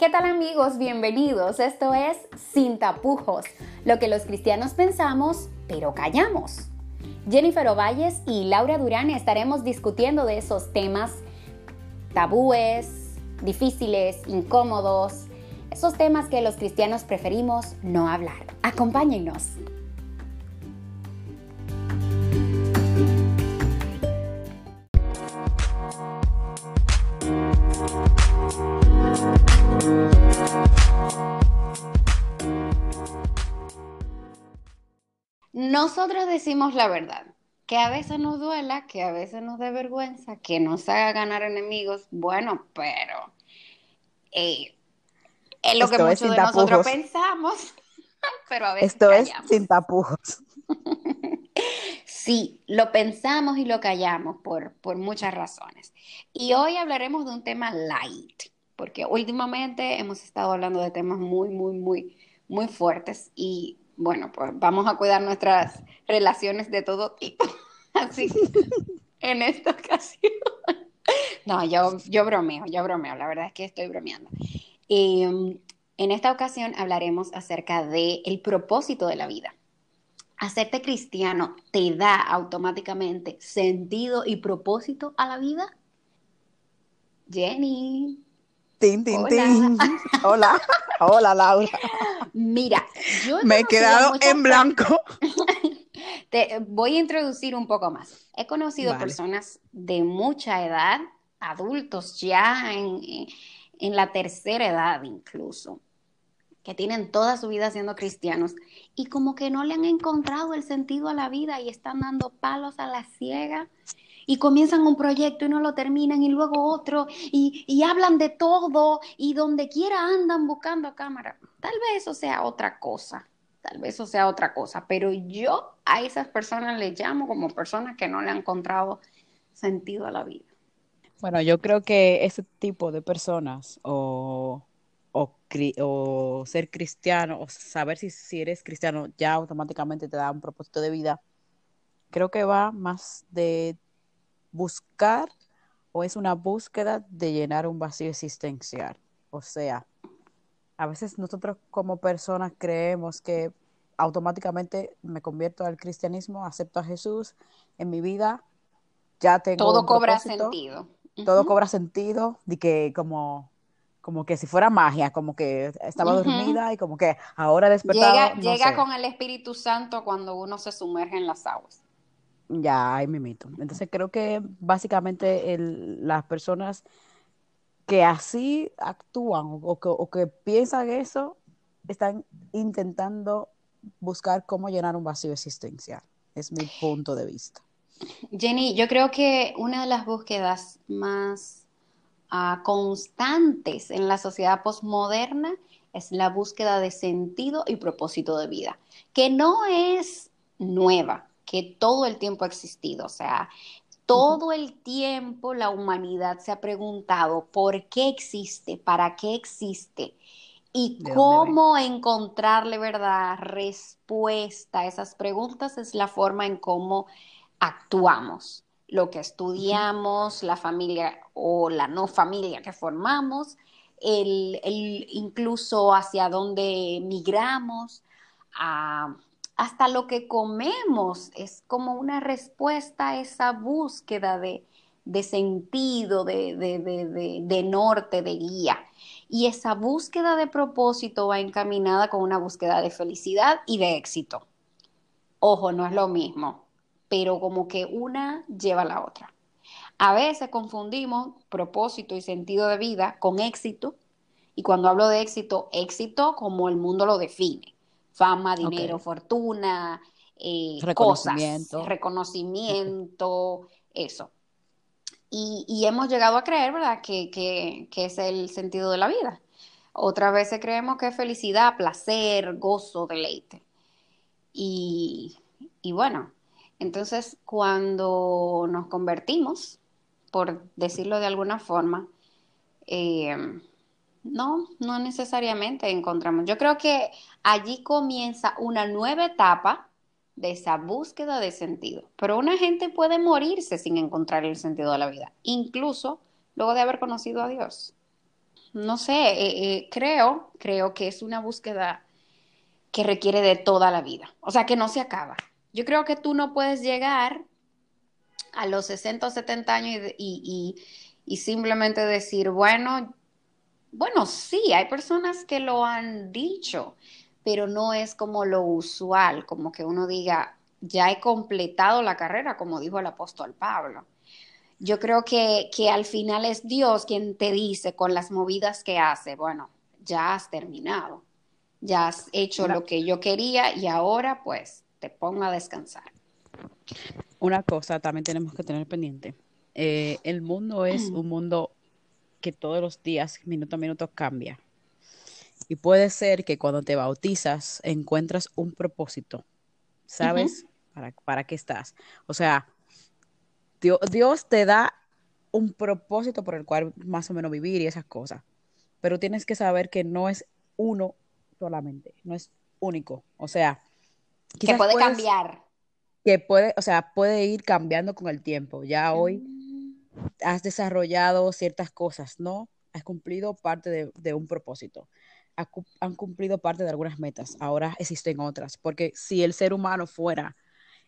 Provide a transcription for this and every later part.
¿Qué tal amigos? Bienvenidos. Esto es Sin Tapujos, lo que los cristianos pensamos, pero callamos. Jennifer Ovalles y Laura Durán estaremos discutiendo de esos temas tabúes, difíciles, incómodos, esos temas que los cristianos preferimos no hablar. Acompáñennos. Nosotros decimos la verdad, que a veces nos duela, que a veces nos dé vergüenza, que nos haga ganar enemigos, bueno, pero es lo que Esto es muchos sin de nosotros tapujos. pensamos, pero a veces Esto es callamos. sin tapujos. Sí, lo pensamos y lo callamos por muchas razones. Y hoy hablaremos de un tema light, porque últimamente hemos estado hablando de temas muy fuertes y bueno, pues vamos a cuidar nuestras relaciones de todo tipo. Así que en esta ocasión, no, yo bromeo, la verdad es que estoy bromeando. En esta ocasión hablaremos acerca del propósito de la vida. ¿Hacerte cristiano te da automáticamente sentido y propósito a la vida? Jenny, Tin, tin, hola. tin. Hola, hola Laura. Mira, yo he Me he conocido quedado muchas en personas, blanco. te voy a introducir un poco más. He conocido Vale. personas de mucha edad, adultos ya en la tercera edad incluso, que tienen toda su vida siendo cristianos y como que no le han encontrado el sentido a la vida y están dando palos a la ciega y comienzan un proyecto y no lo terminan y luego otro y hablan de todo y donde quiera andan buscando a cámara. Tal vez eso sea otra cosa, tal vez eso sea otra cosa, pero yo a esas personas les llamo como personas que no le han encontrado sentido a la vida. Bueno, yo creo que ese tipo de personas o ser cristiano o saber si eres cristiano ya automáticamente te da un propósito de vida. Creo que va más de buscar o es una búsqueda de llenar un vacío existencial. O sea, a veces nosotros como personas creemos que automáticamente me convierto al cristianismo, acepto a Jesús en mi vida, ya tengo Todo un cobra propósito, sentido. todo Ujú, cobra sentido, de que como que si fuera magia, como que estaba ujú. dormida y como que ahora he despertado, no Llega sé, con el Espíritu Santo cuando uno se sumerge en las aguas. ya ahí mimito. Entonces creo que básicamente las personas que así actúan o que piensan eso, están intentando buscar cómo llenar un vacío existencial. Es mi punto de vista. Jenny, yo creo que una de las búsquedas más constantes en la sociedad posmoderna es la búsqueda de sentido y propósito de vida, que no es nueva, que todo el tiempo ha existido. O sea, Ujú. todo el tiempo la humanidad se ha preguntado por qué existe, para qué existe y ¿De dónde ven? cómo encontrarle, ¿verdad?, respuesta a esas preguntas es la forma en cómo actuamos, lo que Ujú. estudiamos, la familia o la no familia que formamos, incluso hacia dónde migramos, a, hasta lo que comemos, es como una respuesta a esa búsqueda de sentido, de norte, de guía. Y esa búsqueda de propósito va encaminada con una búsqueda de felicidad y de éxito. Ojo, no es lo mismo, pero como que una lleva a la otra. A veces confundimos propósito y sentido de vida con éxito, y cuando hablo de éxito, éxito como el mundo lo define: fama, Ok. dinero, fortuna, cosas, Reconocimiento. Ok. reconocimiento, eso. Y hemos llegado a creer, ¿verdad?, que es el sentido de la vida. Otras veces creemos que es felicidad, placer, gozo, deleite. Y, y bueno, entonces cuando nos convertimos, por decirlo de alguna forma, eh, no necesariamente encontramos. Yo creo que allí comienza una nueva etapa de esa búsqueda de sentido. Pero una gente puede morirse sin encontrar el sentido de la vida, incluso luego de haber conocido a Dios. no sé, creo que es una búsqueda que requiere de toda la vida, o sea, que no se acaba. Yo creo que tú no puedes llegar a los 60 o 70 años y simplemente decir, bueno, sí, hay personas que lo han dicho, pero no es como lo usual, como que uno diga, ya he completado la carrera, como dijo el apóstol Pablo. Yo creo que al final es Dios quien te dice con las movidas que hace, bueno, ya has terminado, ya has hecho Una, lo que yo quería y ahora pues te pongo a descansar. una cosa también tenemos que tener pendiente. El mundo es un mundo que todos los días, minuto a minuto, cambia. Y puede ser que cuando te bautizas encuentras un propósito, Ujú. ¿sabes? ¿Para qué estás? O sea, Dios te da un propósito por el cual más o menos vivir y esas cosas. Pero tienes que saber que no es uno solamente, no es único. O sea, Que quizás puede cambiar. o sea, puede ir cambiando con el tiempo. Ya hoy Mm. has desarrollado ciertas cosas, ¿no? Has cumplido parte de un propósito. Han cumplido parte de algunas metas. Ahora existen otras. Porque si el ser humano fuera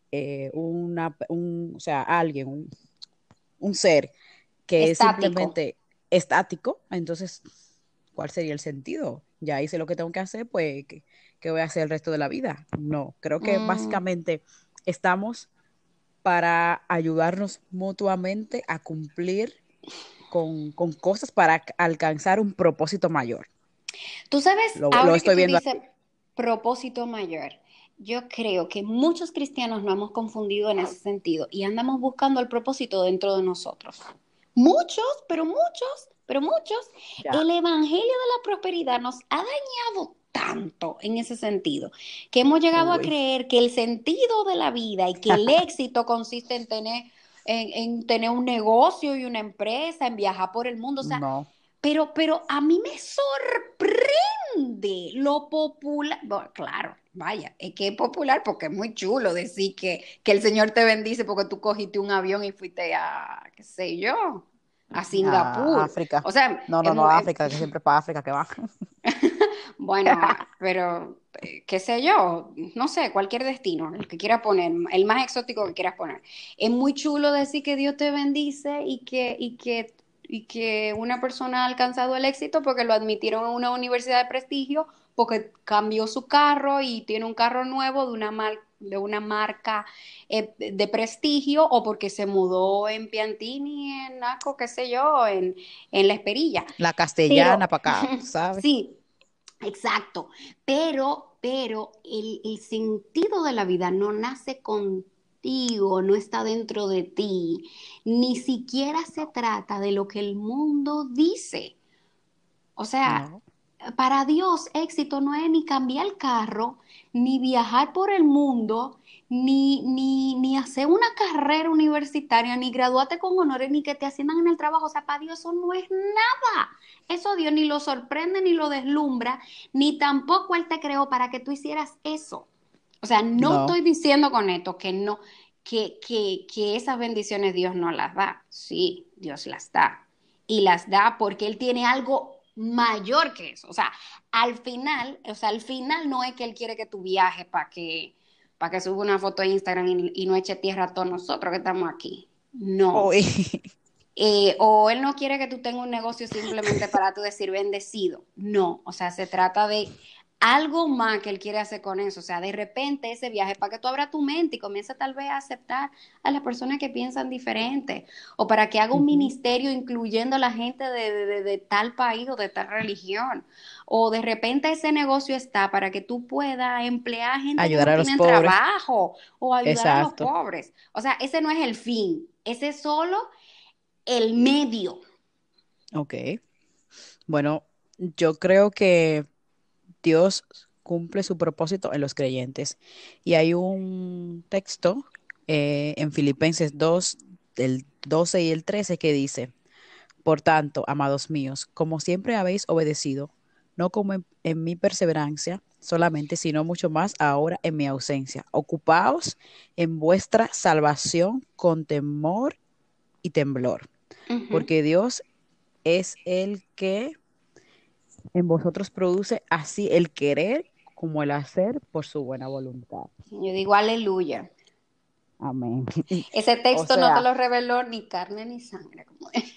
o sea, alguien, un ser que es Estático. simplemente estático, entonces, ¿cuál sería el sentido? Ya hice lo que tengo que hacer, pues, ¿qué voy a hacer el resto de la vida? No, creo que Mm. básicamente estamos para ayudarnos mutuamente a cumplir con cosas para alcanzar un propósito mayor. Tú sabes, Lo ahora que estoy tú viendo dices así. propósito mayor, yo creo que muchos cristianos nos hemos confundido en ese sentido y andamos buscando el propósito dentro de nosotros. Muchos, pero muchos, Ya. el evangelio de la prosperidad nos ha dañado tanto en ese sentido que hemos llegado a Uy, creer que el sentido de la vida y que el éxito consiste en tener un negocio y una empresa, en viajar por el mundo. O sea, no. pero a mí me sorprende lo popular. Bueno, claro, vaya, es que es popular porque es muy chulo decir que el Señor te bendice porque tú cogiste un avión y fuiste a, qué sé yo, a A Singapur. África. O sea, No, no, no, África, que siempre para África que va. bueno, pero qué sé yo, no sé, cualquier destino, el que quieras poner, el más exótico que quieras poner. Es muy chulo decir que Dios te bendice y que una persona ha alcanzado el éxito porque lo admitieron en una universidad de prestigio, porque cambió su carro y tiene un carro nuevo de una marca de prestigio, o porque se mudó en Piantini, en Naco, qué sé yo, en La Esperilla. La castellana Pero para acá, tú sabes. sí, exacto, pero el sentido de la vida no nace contigo, no está dentro de ti, ni siquiera se trata de lo que el mundo dice. O sea, No, para Dios éxito no es ni cambiar el carro, ni viajar por el mundo, ni hacer una carrera universitaria, ni graduarte con honores, ni que te asciendan en el trabajo. O sea, para Dios eso no es nada. Eso a Dios ni lo sorprende, ni lo deslumbra, ni tampoco Él te creó para que tú hicieras eso. O sea, no no, estoy diciendo con esto que no, que esas bendiciones Dios no las da. Sí, Dios las da. Y las da porque Él tiene algo mayor que eso. O sea, al final no es que Él quiere que tú viajes para que suba una foto a Instagram y no eche tierra a todos nosotros que estamos aquí. No. uy, O Él no quiere que tú tengas un negocio simplemente para tú decir bendecido. No, o sea, se trata de algo más que Él quiere hacer con eso. O sea, de repente ese viaje para que tú abras tu mente y comiences tal vez a aceptar a las personas que piensan diferente. O para que haga un ujú, ministerio incluyendo a la gente de tal país o de tal religión. O de repente ese negocio está para que tú puedas emplear gente que ayudar no a los tienen pobres. trabajo o ayudar a los Exacto. pobres. O sea, ese no es el fin. Ese es solo el medio. Ok. Bueno, yo creo que Dios cumple su propósito en los creyentes. Y hay un texto en Filipenses 2, del 12 y el 13 que dice, por tanto, amados míos, como siempre habéis obedecido, no como en mi perseverancia solamente, sino mucho más ahora en mi ausencia. Ocupaos en vuestra salvación con temor y temblor, Ujú. porque Dios es el que en vosotros produce así el querer como el hacer por su buena voluntad. Yo digo aleluya. Amén. Ese O texto no te sea, lo reveló ni carne ni sangre, como es.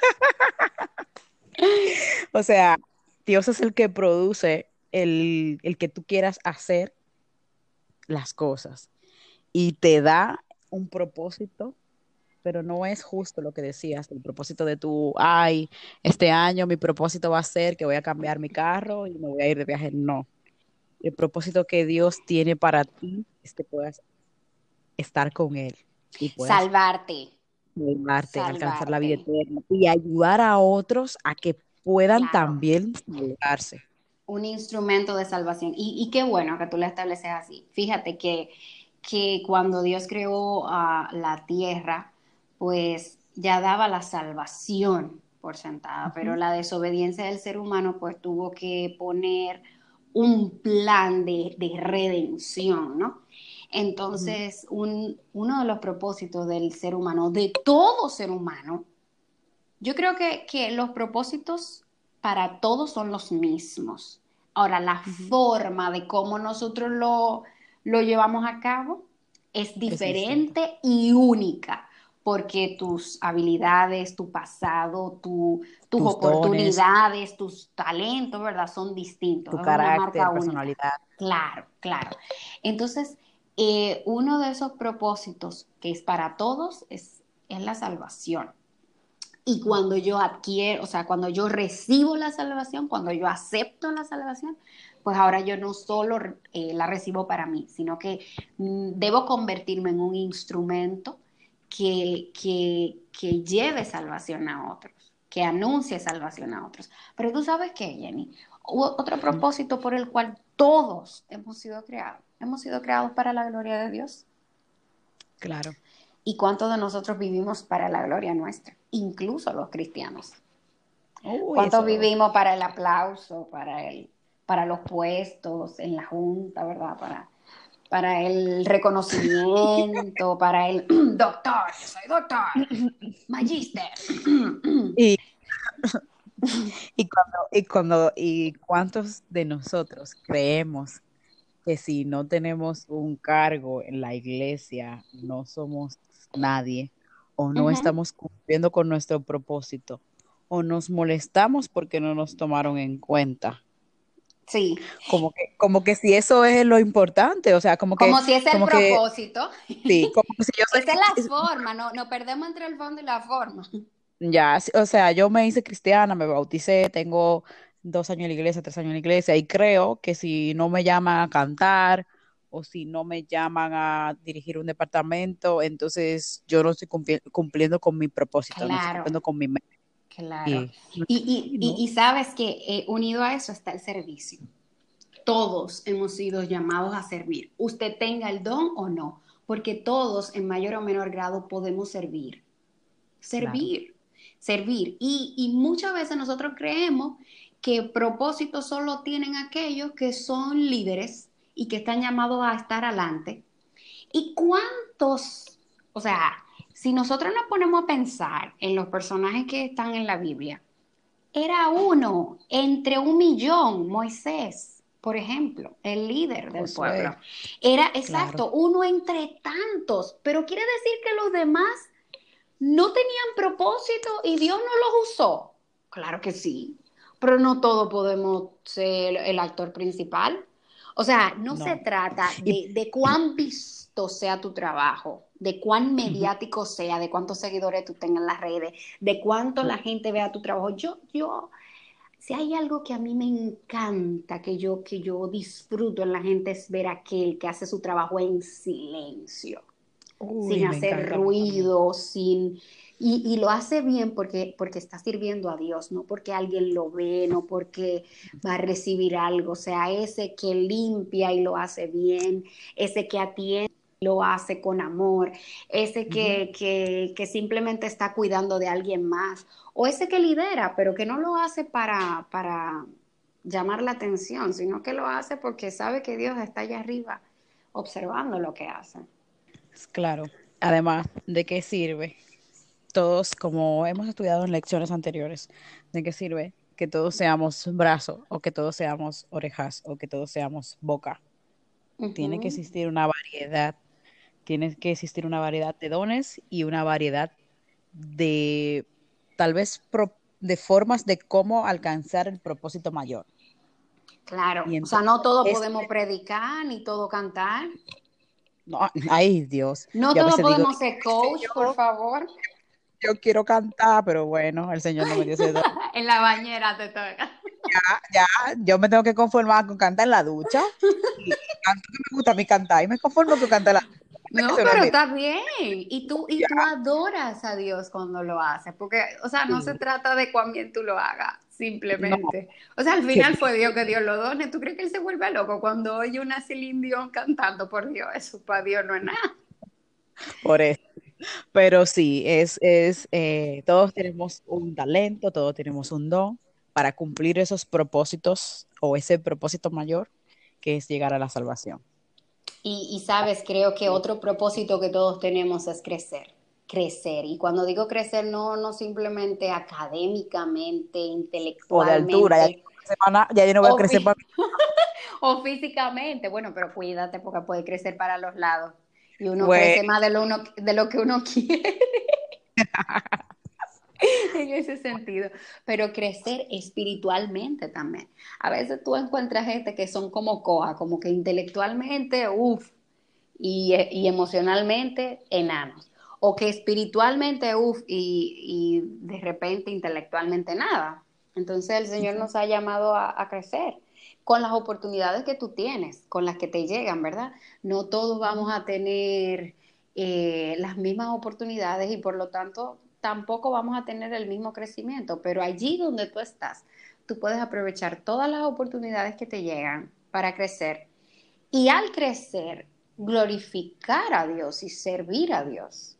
o sea, Dios es el que produce el que tú quieras hacer las cosas y te da un propósito, pero no es justo lo que decías, el propósito de tu, ay, este año mi propósito va a ser que voy a cambiar mi carro y me voy a ir de viaje. No, el propósito que Dios tiene para ti es que puedas estar con Él y puedas Salvarte, salvarte, alcanzar la vida salvarte. eterna y ayudar a otros a que puedan Claro, también salvarse. un instrumento de salvación. Y qué bueno que tú lo estableces así. Fíjate que cuando Dios creó la tierra, pues ya daba la salvación por sentada, pero Ujú, la desobediencia del ser humano pues tuvo que poner un plan de redención, ¿no? ujú, Entonces, uno de los propósitos del ser humano, de todo ser humano, yo creo que los propósitos para todos son los mismos. Ahora, la ujú. forma de cómo nosotros lo llevamos a cabo es Es distinto. diferente y única, porque tus habilidades, tu pasado, tus Tus dones, oportunidades, tus talentos, ¿verdad? Son distintos, tu es una marca carácter, única. personalidad. Claro, claro. Entonces, uno de esos propósitos que es para todos es la salvación. Y cuando Ujú. yo adquiero, o sea, cuando yo recibo la salvación, cuando yo acepto la salvación, pues ahora yo no solo la recibo para mí, sino que debo convertirme en un instrumento que lleve salvación a otros, que anuncie salvación a otros. Pero tú sabes qué, Jenny, hubo otro propósito por el cual todos hemos sido creados. Hemos sido creados para la gloria de Dios. Claro. ¿Y cuántos de nosotros vivimos para la gloria nuestra? Incluso los cristianos. Uy, ¿Cuántos eso, vivimos para el aplauso, para los puestos en la junta, ¿verdad? Para el reconocimiento, para el doctor, yo soy doctor, magíster. y, y cuántos de nosotros creemos que si no tenemos un cargo en la iglesia, no somos nadie, o no Ujú. estamos cumpliendo con nuestro propósito, o nos molestamos porque no nos tomaron en cuenta. Sí, Como que si eso es lo importante, o sea, como si es el como que, propósito. sí, como que si yo Esa es la soy, forma, no, no perdemos entre el fondo y la forma. ya, o sea, yo me hice cristiana, me bauticé, tengo 2 años en la iglesia, 3 años en la iglesia, y creo que si no me llaman a cantar o si no me llaman a dirigir un departamento, entonces yo no estoy cumpliendo con mi propósito, no estoy Claro. cumpliendo con mi meta. Claro. Y, Y sabes que unido a eso está el servicio. Todos hemos sido llamados a servir, usted tenga el don o no, porque todos en mayor o menor grado podemos servir. claro. Servir, servir. Y muchas veces nosotros creemos que propósitos solo tienen aquellos que son líderes y que están llamados a estar adelante. ¿Y cuántos, o sea, si nosotros nos ponemos a pensar en los personajes que están en la Biblia, era uno entre 1 millón, Moisés, por ejemplo, el líder del pueblo. Josué, Era claro. exacto, uno entre tantos, pero quiere decir que los demás no tenían propósito y Dios no los usó. Claro que sí, pero no todos podemos ser el actor principal. O sea, no se No. trata Y, de cuán visto sea tu trabajo, de cuán ujú, mediático sea, de cuántos seguidores tú tengas en las redes, de cuánto la gente vea tu trabajo. Si hay algo que a mí me encanta, que yo disfruto en la gente, es ver a aquel que hace su trabajo en silencio, sin uy, me hacer encanta a mí también. ruido, y lo hace bien porque está sirviendo a Dios, no porque alguien lo ve, no porque va a recibir algo. O sea, ese que limpia y lo hace bien, ese que atiende y lo hace con amor, ese Ujú. que simplemente está cuidando de alguien más, o ese que lidera, pero que no lo hace para llamar la atención, sino que lo hace porque sabe que Dios está allá arriba observando lo que hace. Claro. Además, ¿de qué sirve? Todos, como hemos estudiado en lecciones anteriores, ¿de qué sirve que todos seamos brazos o que todos seamos orejas o que todos seamos boca. Tiene que Ujú. existir una variedad, tiene que existir una variedad de dones y una variedad de tal vez de formas de cómo alcanzar el propósito mayor. Claro, Y o sea, entonces, no todo podemos este, predicar ni todo cantar. no, ay Dios, No yo a todo veces digo, podemos ser coach, por Señor, favor. yo quiero cantar, pero bueno, el Señor no me dio ese don. En la bañera te toca. Ya, yo me tengo que conformar con cantar en la ducha y canto que me gusta a mí cantar y me conformo con cantar en la ducha. No, Eso no es pero mi está bien. Y tú adoras a Dios cuando lo haces, porque, o sea, no se sí, trata de cuán bien tú lo hagas, no, simplemente. O sea, al que final fue Dios que Dios lo done. ¿Tú crees que él se vuelve loco cuando oye una Celine Dion cantando? Por Dios, eso para Dios no es nada. por eso. Pero sí, todos tenemos un talento, todos tenemos un don para cumplir esos propósitos o ese propósito mayor que es llegar a la salvación. Y sabes, creo que otro propósito que todos tenemos es crecer, crecer. Y cuando digo crecer, no simplemente académicamente, O de altura, intelectualmente ya yo no voy a o, crecer para o físicamente. Bueno, pero cuídate porque puede crecer para los lados. Y uno pues, crece más de lo que uno quiere en ese sentido. Pero crecer espiritualmente también. A veces tú encuentras gente que son como coja, como que intelectualmente, uff, y emocionalmente enanos. O que espiritualmente, uff, y de repente intelectualmente nada. Entonces el Señor nos ha llamado a crecer con las oportunidades que tú tienes, con las que te llegan, ¿verdad? No todos vamos a tener las mismas oportunidades y por lo tanto tampoco vamos a tener el mismo crecimiento, pero allí donde tú estás, tú puedes aprovechar todas las oportunidades que te llegan para crecer y al crecer, glorificar a Dios y servir a Dios.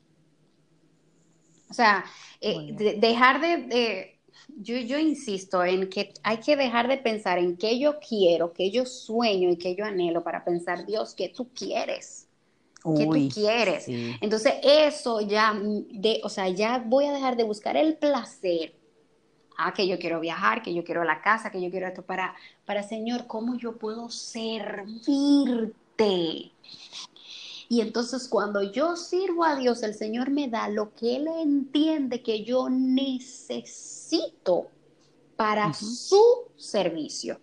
O sea, muy bien. dejar yo insisto en que hay que dejar de pensar en qué yo quiero, qué yo sueño y qué yo anhelo para pensar, Dios, ¿qué tú quieres? ¿Qué tú Uy, quieres? sí. Entonces eso ya, o sea, ya voy a dejar de buscar el placer. Ah, que yo quiero viajar, que yo quiero la casa, que yo quiero esto Señor, ¿cómo yo puedo servirte? Y entonces cuando yo sirvo a Dios, el Señor me da lo que Él entiende que yo necesito para Ujú. su servicio.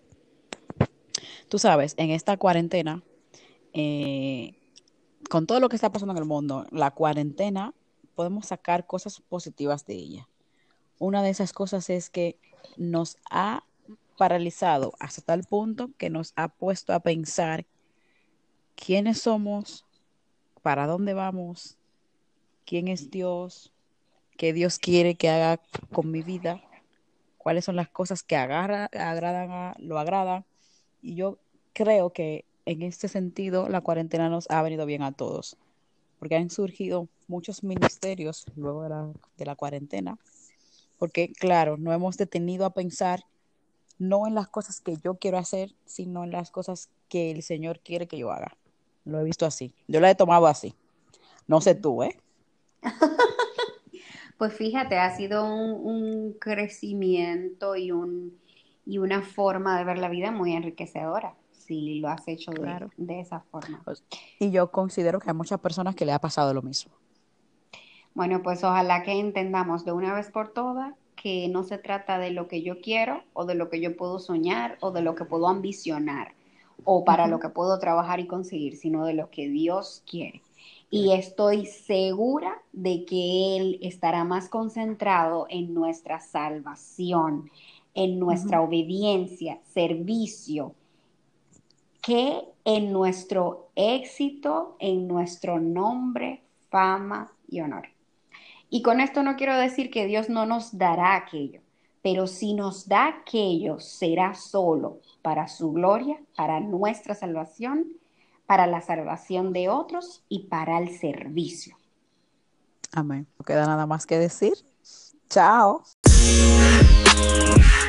Tú sabes, en esta cuarentena, eh, con todo lo que está pasando en el mundo, la cuarentena, podemos sacar cosas positivas de ella. Una de esas cosas es que nos ha paralizado hasta tal punto que nos ha puesto a pensar quiénes somos, para dónde vamos, quién es Dios, qué Dios quiere que haga con mi vida, cuáles son las cosas que lo agradan. Y yo creo que en este sentido la cuarentena nos ha venido bien a todos, porque han surgido muchos ministerios luego de la cuarentena, porque claro, no hemos detenido a pensar no en las cosas que yo quiero hacer, sino en las cosas que el Señor quiere que yo haga. Lo he visto así. Yo lo he tomado así. No sé tú, ¿eh? Pues fíjate, ha sido un crecimiento y una forma de ver la vida muy enriquecedora, si lo has hecho Claro. de esa forma. Pues, y yo considero que hay muchas personas que le ha pasado lo mismo. Bueno, pues ojalá que entendamos de una vez por todas que no se trata de lo que yo quiero o de lo que yo puedo soñar o de lo que puedo ambicionar o para lo Ujú. que puedo trabajar y conseguir, sino de lo que Dios quiere. Y estoy segura de que Él estará más concentrado en nuestra salvación, en nuestra Ujú. obediencia, servicio, que en nuestro éxito, en nuestro nombre, fama y honor. Y con esto no quiero decir que Dios no nos dará aquello, pero si nos da aquello, será solo para su gloria, para nuestra salvación, para la salvación de otros y para el servicio. Amén. No queda nada más que decir. Chao.